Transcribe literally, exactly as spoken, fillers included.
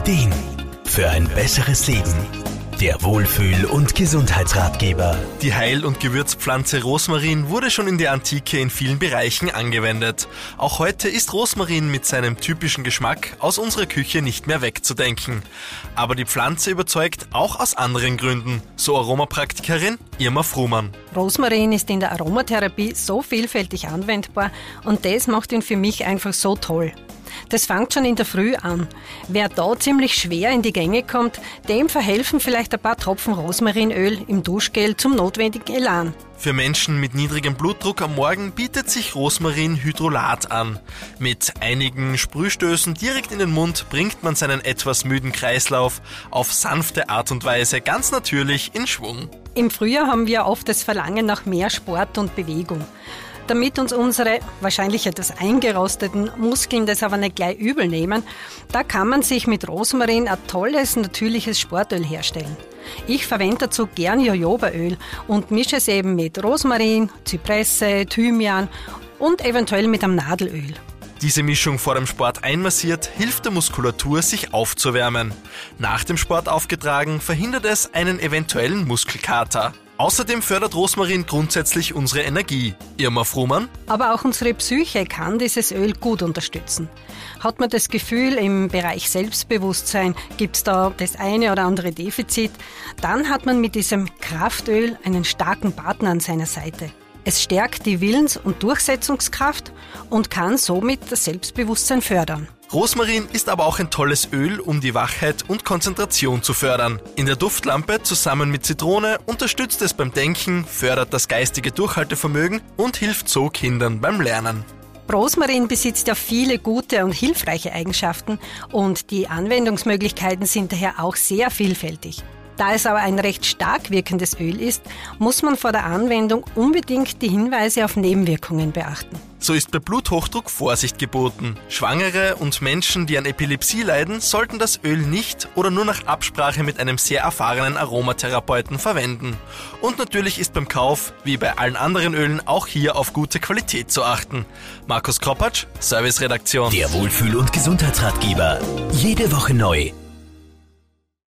Ideen für ein besseres Leben. Der Wohlfühl- und Gesundheitsratgeber. Die Heil- und Gewürzpflanze Rosmarin wurde schon in der Antike in vielen Bereichen angewendet. Auch heute ist Rosmarin mit seinem typischen Geschmack aus unserer Küche nicht mehr wegzudenken. Aber die Pflanze überzeugt auch aus anderen Gründen, so Aromapraktikerin Irma Frumann. Rosmarin ist in der Aromatherapie so vielfältig anwendbar und das macht ihn für mich einfach so toll. Das fängt schon in der Früh an. Wer da ziemlich schwer in die Gänge kommt, dem verhelfen vielleicht ein paar Tropfen Rosmarinöl im Duschgel zum notwendigen Elan. Für Menschen mit niedrigem Blutdruck am Morgen bietet sich Rosmarinhydrolat an. Mit einigen Sprühstößen direkt in den Mund bringt man seinen etwas müden Kreislauf auf sanfte Art und Weise ganz natürlich in Schwung. Im Frühjahr haben wir oft das Verlangen nach mehr Sport und Bewegung. Damit uns unsere wahrscheinlich etwas eingerosteten Muskeln das aber nicht gleich übel nehmen, da kann man sich mit Rosmarin ein tolles, natürliches Sportöl herstellen. Ich verwende dazu gern Jojobaöl und mische es eben mit Rosmarin, Zypresse, Thymian und eventuell mit einem Nadelöl. Diese Mischung vor dem Sport einmassiert, hilft der Muskulatur, sich aufzuwärmen. Nach dem Sport aufgetragen, verhindert es einen eventuellen Muskelkater. Außerdem fördert Rosmarin grundsätzlich unsere Energie. Irma Frumann? Aber auch unsere Psyche kann dieses Öl gut unterstützen. Hat man das Gefühl, im Bereich Selbstbewusstsein gibt es da das eine oder andere Defizit, dann hat man mit diesem Kraftöl einen starken Partner an seiner Seite. Es stärkt die Willens- und Durchsetzungskraft und kann somit das Selbstbewusstsein fördern. Rosmarin ist aber auch ein tolles Öl, um die Wachheit und Konzentration zu fördern. In der Duftlampe zusammen mit Zitrone unterstützt es beim Denken, fördert das geistige Durchhaltevermögen und hilft so Kindern beim Lernen. Rosmarin besitzt ja viele gute und hilfreiche Eigenschaften und die Anwendungsmöglichkeiten sind daher auch sehr vielfältig. Da es aber ein recht stark wirkendes Öl ist, muss man vor der Anwendung unbedingt die Hinweise auf Nebenwirkungen beachten. So ist bei Bluthochdruck Vorsicht geboten. Schwangere und Menschen, die an Epilepsie leiden, sollten das Öl nicht oder nur nach Absprache mit einem sehr erfahrenen Aromatherapeuten verwenden. Und natürlich ist beim Kauf, wie bei allen anderen Ölen, auch hier auf gute Qualität zu achten. Markus Kropatsch, Serviceredaktion. Der Wohlfühl- und Gesundheitsratgeber. Jede Woche neu.